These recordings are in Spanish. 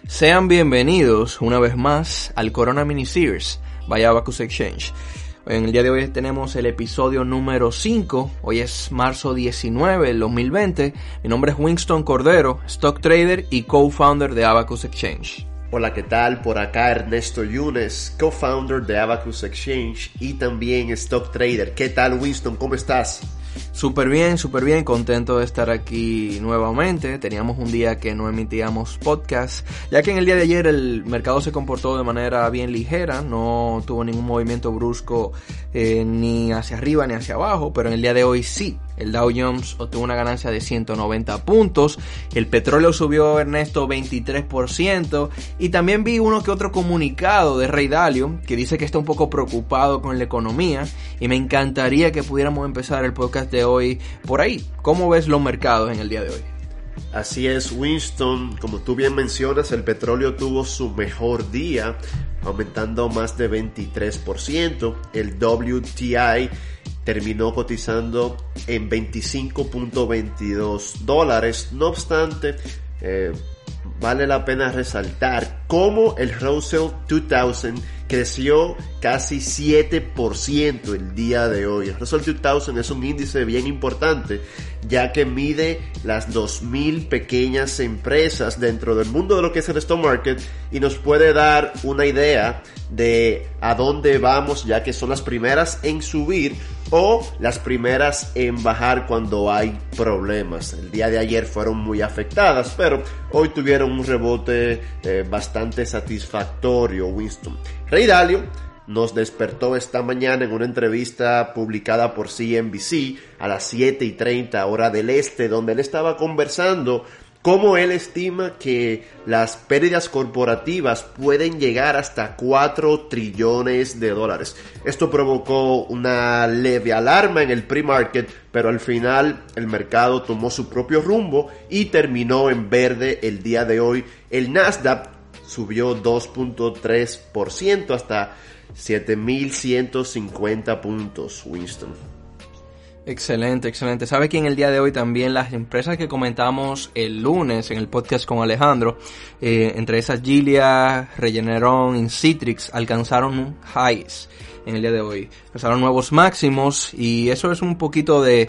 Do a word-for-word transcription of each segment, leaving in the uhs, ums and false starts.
Sean bienvenidos una vez más al Corona Mini-Series by Abacus Exchange. En el día de hoy tenemos el episodio número cinco, hoy es marzo diecinueve del dos mil veinte. Mi nombre es Winston Cordero, stock trader y co-founder de Abacus Exchange. Hola, ¿qué tal? Por acá Ernesto Yunes, co-founder de Abacus Exchange y también stock trader. ¿Qué tal, Winston? ¿Cómo estás? Súper bien, súper bien, contento de estar aquí nuevamente. Teníamos un día que no emitíamos podcast, ya que en el día de ayer el mercado se comportó de manera bien ligera, no tuvo ningún movimiento brusco eh, ni hacia arriba ni hacia abajo, pero en el día de hoy sí. El Dow Jones obtuvo una ganancia de ciento noventa puntos, el petróleo subió, Ernesto, veintitrés por ciento, y también vi uno que otro comunicado de Ray Dalio que dice que está un poco preocupado con la economía, y me encantaría que pudiéramos empezar el podcast de hoy por ahí. ¿Cómo ves los mercados en el día de hoy? Así es, Winston, como tú bien mencionas, el petróleo tuvo su mejor día, aumentando más de veintitrés por ciento, el W T I terminó cotizando en veinticinco punto veintidós dólares. No obstante, eh, vale la pena resaltar cómo el Russell dos mil creció casi siete por ciento el día de hoy. El Russell dos mil es un índice bien importante, ya que mide las dos mil pequeñas empresas dentro del mundo de lo que es el stock market y nos puede dar una idea de a dónde vamos, ya que son las primeras en subir o las primeras en bajar cuando hay problemas. El día de ayer fueron muy afectadas, pero hoy tuvieron un rebote eh, bastante satisfactorio, Winston. Ray Dalio nos despertó esta mañana en una entrevista publicada por C N B C a las siete y treinta hora del este, donde él estaba conversando cómo él estima que las pérdidas corporativas pueden llegar hasta cuatro trillones de dólares. Esto provocó una leve alarma en el pre-market, pero al final el mercado tomó su propio rumbo y terminó en verde el día de hoy. El Nasdaq subió dos punto tres por ciento hasta siete mil ciento cincuenta puntos, Winston. Excelente, excelente. Sabe que en el día de hoy también las empresas que comentamos el lunes en el podcast con Alejandro, eh, entre esas Gilead, Regeneron y Citrix, alcanzaron highs en el día de hoy, alcanzaron nuevos máximos, y eso es un poquito de,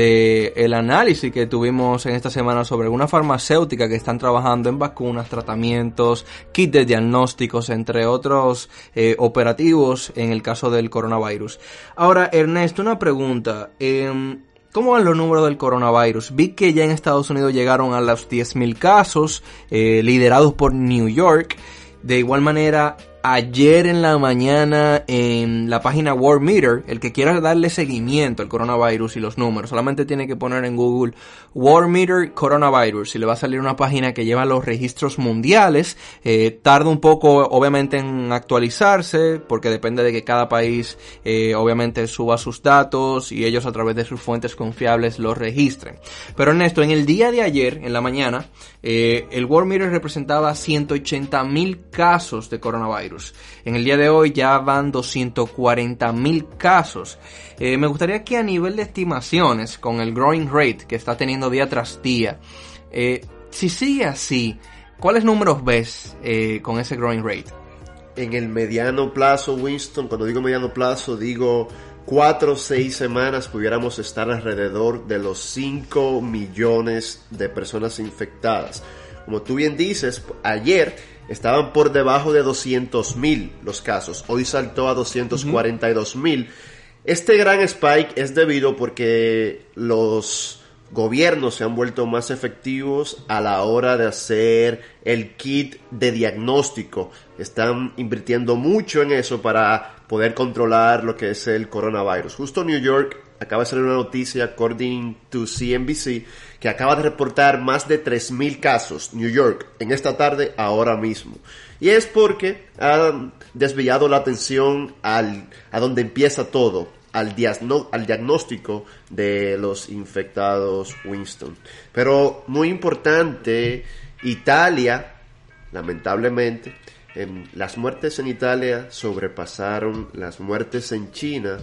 de el análisis que tuvimos en esta semana sobre algunas farmacéuticas que están trabajando en vacunas, tratamientos, kits de diagnósticos, entre otros eh, operativos en el caso del coronavirus. Ahora, Ernesto, una pregunta. Eh, ¿Cómo van los números del coronavirus? Vi que ya en Estados Unidos llegaron a los diez mil casos, eh, liderados por New York. De igual manera, ayer en la mañana en la página World Meter, el que quiera darle seguimiento al coronavirus y los números, solamente tiene que poner en Google World Meter Coronavirus y le va a salir una página que lleva los registros mundiales. Eh, tarda un poco obviamente en actualizarse porque depende de que cada país eh, obviamente suba sus datos y ellos a través de sus fuentes confiables los registren. Pero Ernesto, en el día de ayer, en la mañana, eh, el World Meter representaba ciento ochenta mil casos de coronavirus. En el día de hoy ya van doscientos cuarenta mil casos. Eh, me gustaría que a nivel de estimaciones, con el growing rate que está teniendo día tras día, eh, si sigue así, ¿cuáles números ves eh, con ese growing rate? En el mediano plazo, Winston, cuando digo mediano plazo, digo cuatro o seis semanas pudiéramos estar alrededor de los cinco millones de personas infectadas. Como tú bien dices, ayer estaban por debajo de doscientos mil los casos. Hoy saltó a doscientos cuarenta y dos mil. Uh-huh. Este gran spike es debido porque los gobiernos se han vuelto más efectivos a la hora de hacer el kit de diagnóstico. Están invirtiendo mucho en eso para poder controlar lo que es el coronavirus. Justo New York acaba de salir una noticia, according to C N B C, que acaba de reportar más de tres mil casos, New York, en esta tarde, ahora mismo. Y es porque han desviado la atención al, a donde empieza todo, al, diagno, al diagnóstico de los infectados, Winston. Pero muy importante, Italia, lamentablemente, eh, las muertes en Italia sobrepasaron las muertes en China,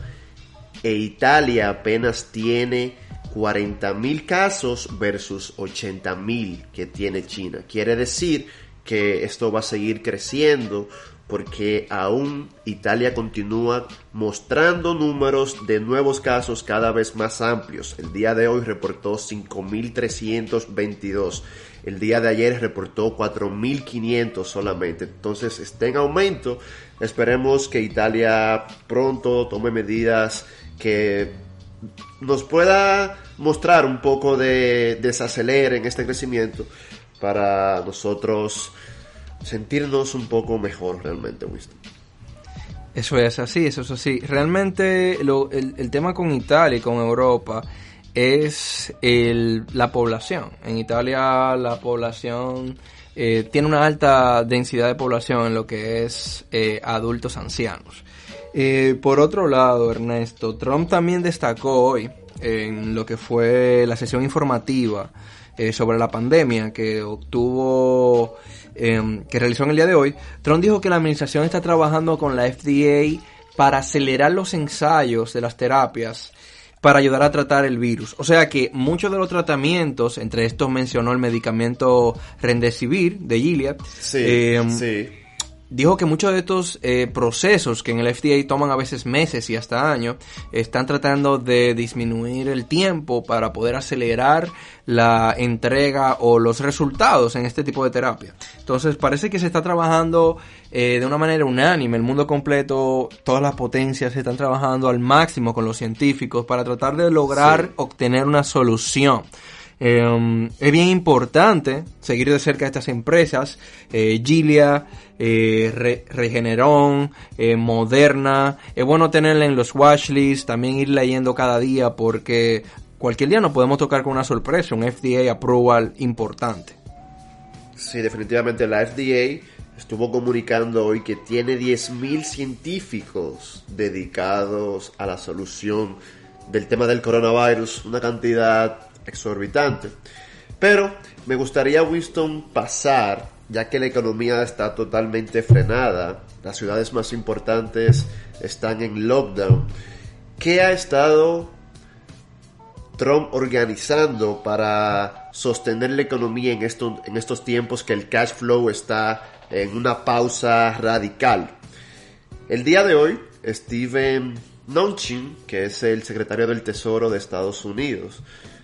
e Italia apenas tiene cuarenta mil casos versus ochenta mil que tiene China. Quiere decir que esto va a seguir creciendo, porque aún Italia continúa mostrando números de nuevos casos cada vez más amplios. El día de hoy reportó cinco mil trescientos veintidós. El día de ayer reportó cuatro mil quinientos solamente. Entonces está en aumento. Esperemos que Italia pronto tome medidas que nos pueda mostrar un poco de desacelere en este crecimiento para nosotros sentirnos un poco mejor realmente, Winston. Eso es así, eso es así. Realmente lo, el, el tema con Italia y con Europa es el, la población. En Italia la población eh, tiene una alta densidad de población en lo que es eh, adultos ancianos. Eh, por otro lado, Ernesto, Trump también destacó hoy en lo que fue la sesión informativa eh, sobre la pandemia que obtuvo... Eh, que realizó en el día de hoy. Trump dijo que la administración está trabajando con la F D A para acelerar los ensayos de las terapias para ayudar a tratar el virus. O sea que muchos de los tratamientos, entre estos mencionó el medicamento Remdesivir de Gilead, sí, eh, sí. dijo que muchos de estos eh, procesos que en el F D A toman a veces meses y hasta años, están tratando de disminuir el tiempo para poder acelerar la entrega o los resultados en este tipo de terapia. Entonces parece que se está trabajando eh, de una manera unánime, el mundo completo, todas las potencias están trabajando al máximo con los científicos para tratar de lograr sí. obtener una solución. Eh, es bien importante seguir de cerca a estas empresas, eh, Gilead, eh, Re- Regeneron, eh, Moderna. Es bueno tenerla en los watchlists, también ir leyendo cada día porque cualquier día nos podemos tocar con una sorpresa, un F D A approval importante. Sí, definitivamente la F D A estuvo comunicando hoy que tiene diez mil científicos dedicados a la solución del tema del coronavirus, una cantidad exorbitante. Pero me gustaría, Winston, pasar, ya que la economía está totalmente frenada, las ciudades más importantes están en lockdown. ¿Qué ha estado Trump organizando para sostener la economía en, esto, en estos tiempos que el cash flow está en una pausa radical? El día de hoy, Steven Mnuchin, que es el secretario del Tesoro de Estados Unidos,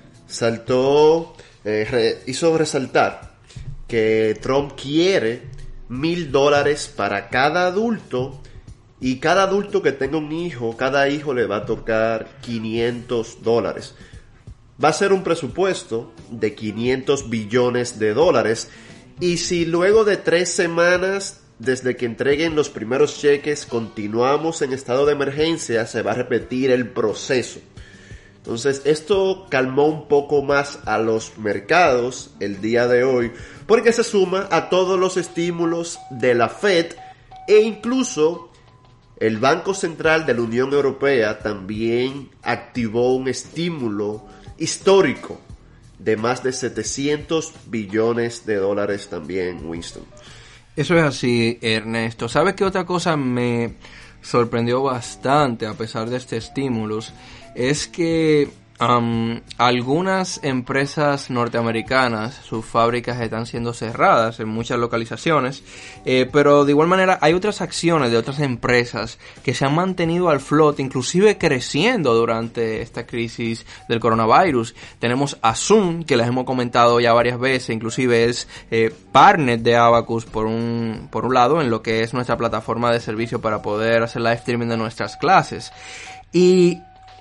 saltó, eh, re, hizo resaltar que Trump quiere mil dólares para cada adulto, y cada adulto que tenga un hijo, cada hijo le va a tocar quinientos dólares. Va a ser un presupuesto de quinientos billones de dólares, y si luego de tres semanas desde que entreguen los primeros cheques continuamos en estado de emergencia, se va a repetir el proceso. Entonces esto calmó un poco más a los mercados el día de hoy, porque se suma a todos los estímulos de la Fed, e incluso el Banco Central de la Unión Europea también activó un estímulo histórico de más de setecientos billones de dólares también, Winston. Eso es así, Ernesto. ¿Sabes qué otra cosa me sorprendió bastante a pesar de este estímulo? Es que um, algunas empresas norteamericanas, sus fábricas están siendo cerradas en muchas localizaciones, eh, pero de igual manera hay otras acciones de otras empresas que se han mantenido al flote, inclusive creciendo durante esta crisis del coronavirus. Tenemos a Zoom, que les hemos comentado ya varias veces, inclusive es eh, partner de Abacus por un, por un lado en lo que es nuestra plataforma de servicio para poder hacer live streaming de nuestras clases. Y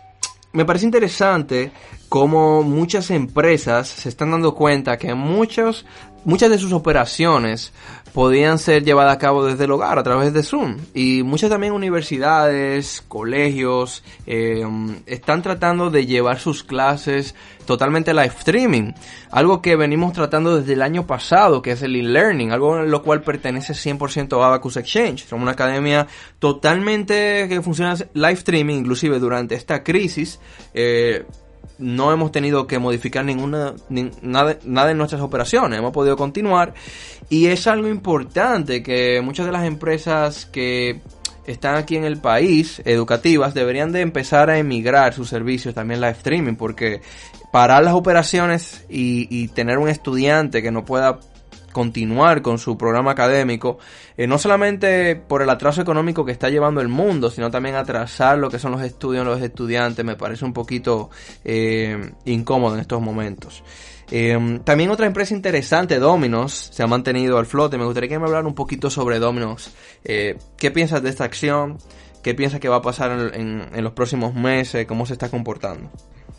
me parece interesante cómo muchas empresas se están dando cuenta que muchos, muchas de sus operaciones podían ser llevadas a cabo desde el hogar a través de Zoom. Y muchas también universidades, colegios, eh, están tratando de llevar sus clases totalmente live streaming. Algo que venimos tratando desde el año pasado, que es el e-learning, algo en lo cual pertenece cien por ciento a Abacus Exchange. Somos una academia totalmente que funciona live streaming, inclusive durante esta crisis. Eh, no hemos tenido que modificar ninguna ni, nada, nada en nuestras operaciones, hemos podido continuar, y es algo importante que muchas de las empresas que están aquí en el país, educativas, deberían de empezar a emigrar sus servicios también live streaming, porque parar las operaciones y, y tener un estudiante que no pueda continuar con su programa académico, eh, no solamente por el atraso económico que está llevando el mundo, sino también atrasar lo que son los estudios de los estudiantes, me parece un poquito eh, incómodo en estos momentos. Eh, también otra empresa interesante, Domino's, se ha mantenido al flote. Me gustaría que me hablara un poquito sobre Domino's. Eh, ¿Qué piensas de esta acción? ¿Qué piensas que va a pasar en, en, en los próximos meses? ¿Cómo se está comportando?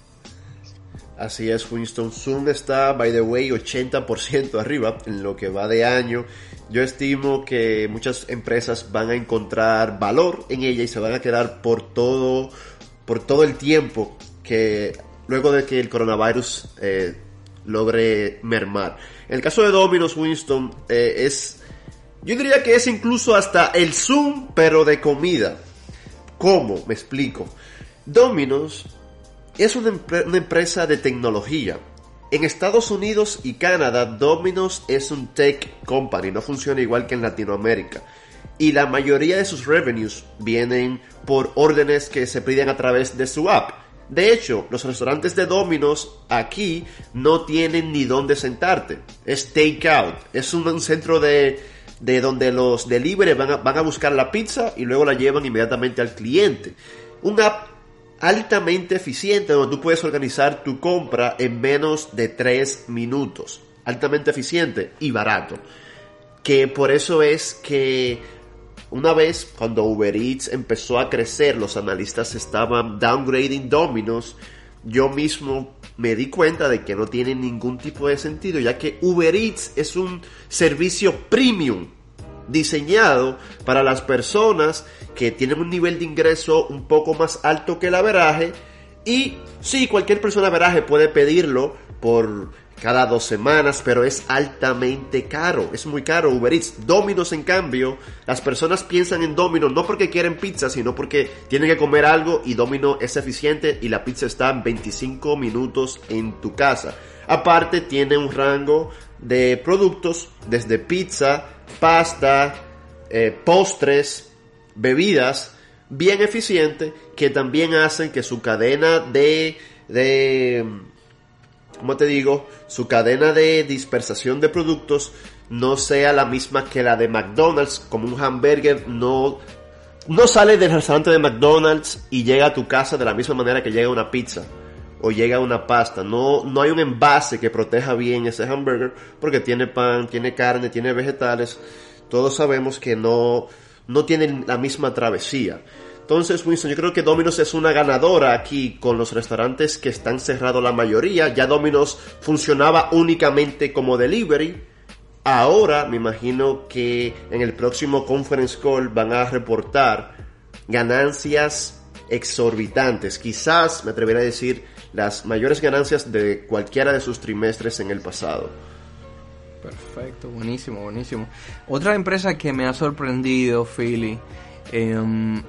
Así es, Winston. Zoom está, by the way, ochenta por ciento arriba en lo que va de año. Yo estimo que muchas empresas van a encontrar valor en ella y se van a quedar por todo, por todo el tiempo que luego de que el coronavirus eh, logre mermar. En el caso de Domino's, Winston, eh, es, yo diría que es incluso hasta el Zoom, pero de comida. ¿Cómo? Me explico. Domino's es una, empre- una empresa de tecnología. En Estados Unidos y Canadá, Domino's es un tech company, no funciona igual que en Latinoamérica. Y la mayoría de sus revenues vienen por órdenes que se piden a través de su app. De hecho, los restaurantes de Domino's aquí no tienen ni dónde sentarte. Es takeout. Es un, un centro de, de donde los delivery van a, van a buscar la pizza y luego la llevan inmediatamente al cliente. Una app altamente eficiente donde tú puedes organizar tu compra en menos de tres minutos. Altamente eficiente y barato. Que por eso es que una vez cuando Uber Eats empezó a crecer, los analistas estaban downgrading Domino's. Yo mismo me di cuenta de que no tiene ningún tipo de sentido, ya que Uber Eats es un servicio premium diseñado para las personas que tienen un nivel de ingreso un poco más alto que el averaje. Y sí, cualquier persona averaje puede pedirlo por cada dos semanas, pero es altamente caro, es muy caro Uber Eats. Domino's, en cambio, las personas piensan en Domino's no porque quieren pizza, sino porque tienen que comer algo, y Domino's es eficiente y la pizza está en veinticinco minutos en tu casa. Aparte, tiene un rango de productos desde pizza, pasta, eh, postres, bebidas, bien eficiente, que también hacen que su cadena de... de ¿Cómo te digo? Su cadena de dispersación de productos no sea la misma que la de McDonald's. Como un hamburger no, no sale del restaurante de McDonald's y llega a tu casa de la misma manera que llega una pizza o llega una pasta. No, no hay un envase que proteja bien ese hamburger porque tiene pan, tiene carne, tiene vegetales. Todos sabemos que no, no tienen la misma travesía. Entonces, Winston, yo creo que Domino's es una ganadora aquí con los restaurantes que están cerrados la mayoría. Ya Domino's funcionaba únicamente como delivery. Ahora me imagino que en el próximo conference call van a reportar ganancias exorbitantes. Quizás, me atrevería a decir, las mayores ganancias de cualquiera de sus trimestres en el pasado. Perfecto, buenísimo, buenísimo. Otra empresa que me ha sorprendido, Philly, eh,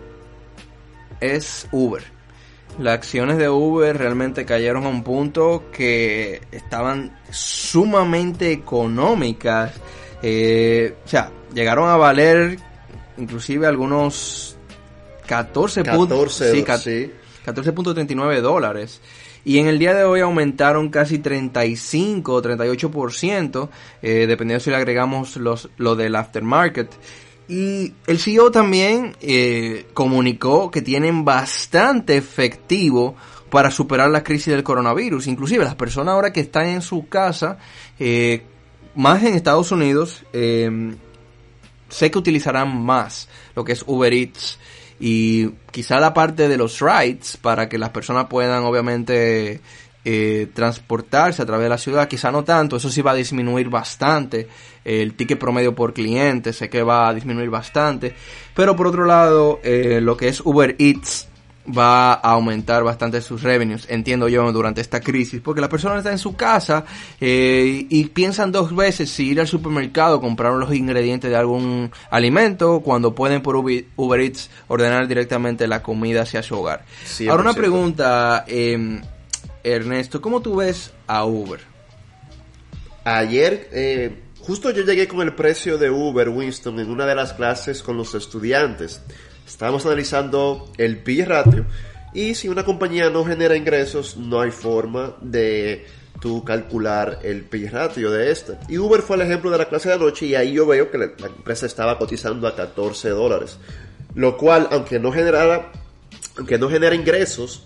es Uber. Las acciones de Uber realmente cayeron a un punto que estaban sumamente económicas. Eh, o sea, llegaron a valer inclusive algunos catorce puntos, sí, sí. catorce punto treinta y nueve dólares. Y en el día de hoy aumentaron casi treinta y cinco o treinta y ocho por ciento, eh, dependiendo si le agregamos los, lo del aftermarket. Y el C E O también eh, comunicó que tienen bastante efectivo para superar la crisis del coronavirus. Inclusive las personas ahora que están en su casa, eh, más en Estados Unidos, eh, sé que utilizarán más lo que es Uber Eats y quizá la parte de los rides para que las personas puedan obviamente eh, transportarse a través de la ciudad. Quizá no tanto, eso sí va a disminuir bastante el ticket promedio por cliente, sé que va a disminuir bastante, pero por otro lado eh, lo que es Uber Eats va a aumentar bastante sus revenues, entiendo yo, durante esta crisis, porque la persona está en su casa eh, y piensan dos veces si ir al supermercado, comprar los ingredientes de algún alimento, cuando pueden por Uber, Uber Eats ordenar directamente la comida hacia su hogar. cien por ciento. Ahora una pregunta, eh, Ernesto, ¿cómo tú ves a Uber? Ayer, eh, justo yo llegué con el precio de Uber, Winston, en una de las clases con los estudiantes. Estábamos analizando el P/E ratio y si una compañía no genera ingresos, no hay forma de tú calcular el P ratio de este. Y Uber fue el ejemplo de la clase de la noche, y ahí yo veo que la, la empresa estaba cotizando a catorce dólares. Lo cual, aunque no generara, aunque no genera ingresos,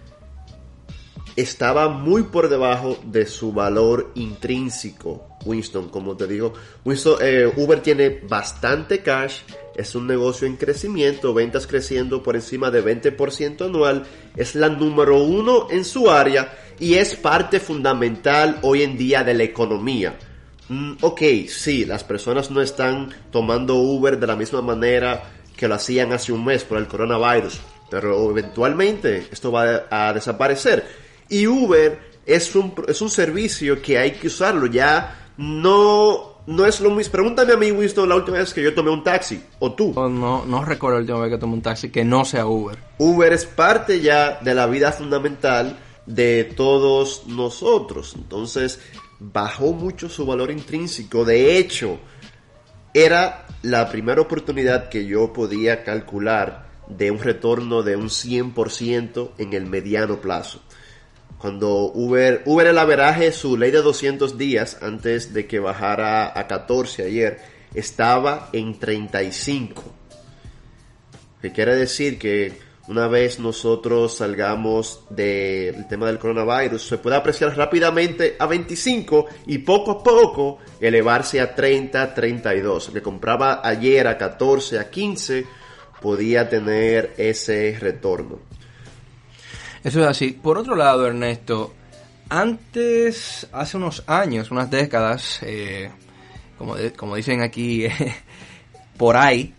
estaba muy por debajo de su valor intrínseco. Winston, como te digo, Winston, eh, Uber tiene bastante cash, es un negocio en crecimiento, ventas creciendo por encima de veinte por ciento anual, es la número uno en su área y es parte fundamental hoy en día de la economía. Mm, ok, sí, las personas no están tomando Uber de la misma manera que lo hacían hace un mes por el coronavirus, pero eventualmente esto va a desaparecer. Y Uber es un, es un servicio que hay que usarlo, ya no, no es lo mismo. Pregúntame a mí, Winston, la última vez que yo tomé un taxi, o tú. No, no, no recuerdo la última vez que tomé un taxi que no sea Uber. Uber es parte ya de la vida fundamental de todos nosotros, entonces bajó mucho su valor intrínseco. De hecho, era la primera oportunidad que yo podía calcular de un retorno de un cien por ciento en el mediano plazo. Cuando Uber, Uber el averaje, su ley de doscientos días, antes de que bajara a catorce ayer, estaba en treinta y cinco. Que quiere decir que una vez nosotros salgamos del tema del coronavirus, se puede apreciar rápidamente a veinticinco y poco a poco elevarse a treinta, treinta y dos. El que compraba ayer a catorce, a quince, podía tener ese retorno. Eso es así. Por otro lado, Ernesto, antes, hace unos años, unas décadas, eh, como, de, como dicen aquí, eh, por ahí,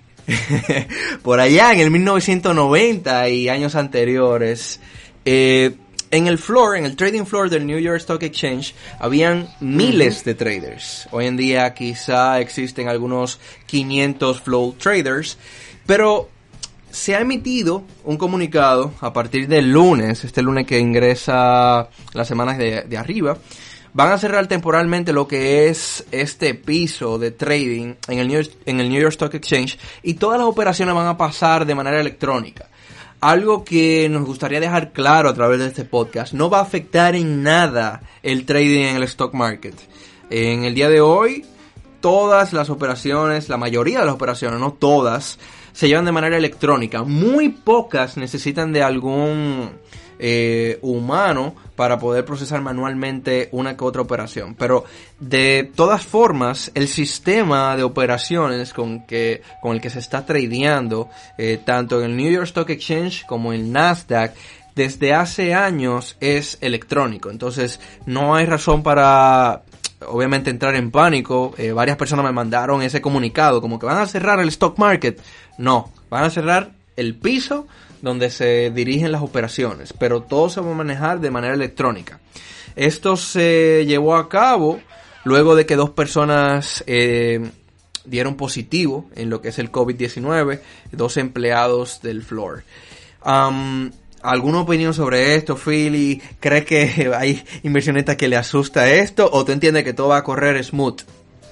por allá en el mil novecientos noventa y años anteriores, eh, en el floor, en el trading floor del New York Stock Exchange, habían miles de traders. Hoy en día quizá existen algunos quinientos flow traders, pero se ha emitido un comunicado a partir del lunes, este lunes que ingresa las semanas de, de arriba. Van a cerrar temporalmente lo que es este piso de trading en el, New, en el New York Stock Exchange, y todas las operaciones van a pasar de manera electrónica. Algo que nos gustaría dejar claro a través de este podcast: no va a afectar en nada el trading en el stock market. En el día de hoy, todas las operaciones, la mayoría de las operaciones, no todas, se llevan de manera electrónica. Muy pocas necesitan de algún eh, humano para poder procesar manualmente una que otra operación. Pero de todas formas, el sistema de operaciones con que con el que se está tradeando, eh, tanto en el New York Stock Exchange como en Nasdaq, desde hace años es electrónico. Entonces no hay razón para, obviamente, entrar en pánico. Eh, varias personas me mandaron ese comunicado como que van a cerrar el stock market. No, van a cerrar el piso donde se dirigen las operaciones, pero todo se va a manejar de manera electrónica. Esto se llevó a cabo luego de que dos personas eh, dieron positivo en lo que es el COVID diecinueve, dos empleados del floor. Um, ¿Alguna opinión sobre esto, Philly? ¿Crees que hay inversionistas que le asusta esto, o tú entiendes que todo va a correr smooth?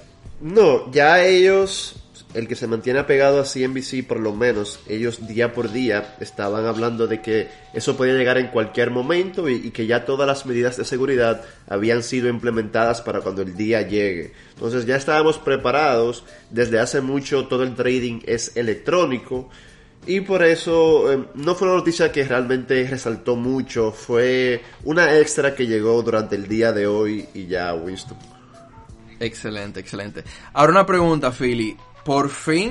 No, ya ellos, el que se mantiene apegado a C N B C por lo menos, ellos día por día estaban hablando de que eso podía llegar en cualquier momento y, y que ya todas las medidas de seguridad habían sido implementadas para cuando el día llegue. Entonces ya estábamos preparados. Desde hace mucho todo el trading es electrónico. Y por eso eh, no fue una noticia que realmente resaltó mucho, fue una extra que llegó durante el día de hoy y ya, Winston. Excelente, excelente. Ahora una pregunta, Philly. Por fin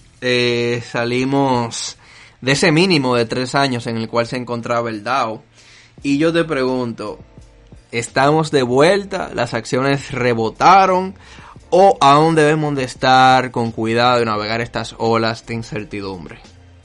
eh, salimos de ese mínimo de tres años en el cual se encontraba el Dow. Y yo te pregunto, ¿estamos de vuelta? ¿Las acciones rebotaron? ¿O aún debemos de estar con cuidado y navegar estas olas de incertidumbre?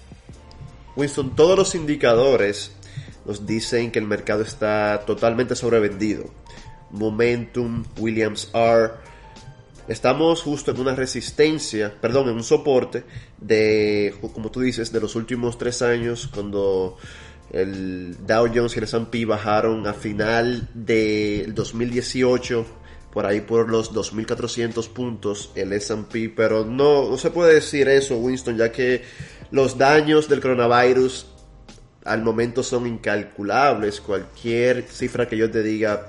Winston, todos los indicadores nos dicen que el mercado está totalmente sobrevendido. Momentum, Williams R. Estamos justo en una resistencia, perdón, en un soporte de, como tú dices, de los últimos tres años, cuando el Dow Jones y el S and P bajaron a final del dos mil dieciocho, por ahí por los dos mil cuatrocientos puntos el S and P, pero no, no se puede decir eso, Winston, ya que los daños del coronavirus al momento son incalculables. Cualquier cifra que yo te diga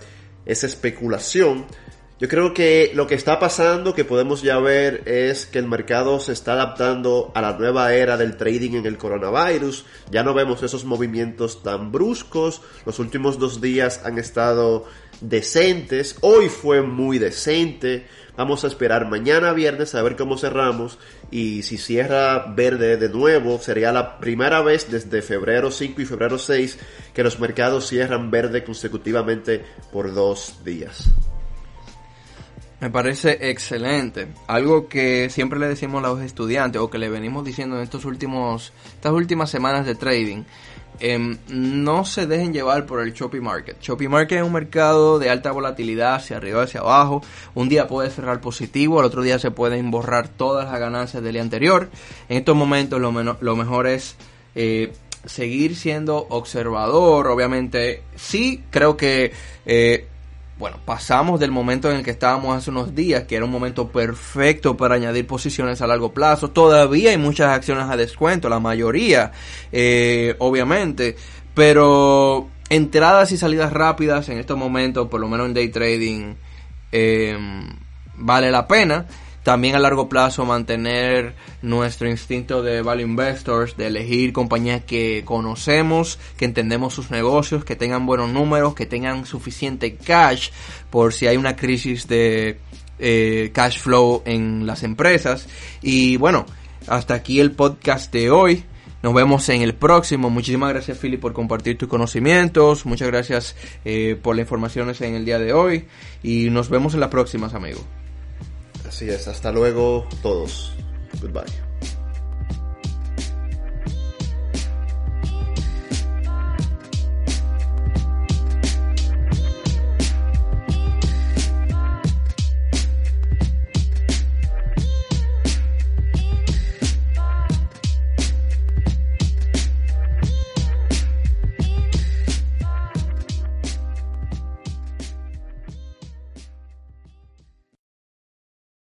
esa especulación. Yo creo que lo que está pasando, que podemos ya ver, es que el mercado se está adaptando a la nueva era del trading en el coronavirus. Ya no vemos esos movimientos tan bruscos. Los últimos dos días han estado decentes. Hoy fue muy decente. Vamos a esperar mañana viernes a ver cómo cerramos. Y si cierra verde de nuevo, sería la primera vez desde febrero cinco y febrero seis que los mercados cierran verde consecutivamente por dos días. Me parece excelente. Algo que siempre le decimos a los estudiantes, o que le venimos diciendo en estos últimos, estas últimas semanas de trading, eh, no se dejen llevar por el choppy market. Choppy market es un mercado de alta volatilidad, hacia arriba, hacia abajo. Un día puede cerrar positivo, al otro día se pueden borrar todas las ganancias del día anterior. En estos momentos lo, meno- lo mejor es eh, seguir siendo observador. Obviamente, sí, creo que... Eh, Bueno, pasamos del momento en el que estábamos hace unos días, que era un momento perfecto para añadir posiciones a largo plazo. Todavía hay muchas acciones a descuento, la mayoría, eh, obviamente, pero entradas y salidas rápidas en estos momentos, por lo menos en day trading, eh, vale la pena. También a largo plazo mantener nuestro instinto de value investors, de elegir compañías que conocemos, que entendemos sus negocios, que tengan buenos números, que tengan suficiente cash por si hay una crisis de eh, cash flow en las empresas. Y bueno, hasta aquí el podcast de hoy. Nos vemos en el próximo. Muchísimas gracias, Philip, por compartir tus conocimientos. Muchas gracias eh, por las informaciones en el día de hoy. Y nos vemos en las próximas, amigos. Así es, hasta luego todos. Goodbye.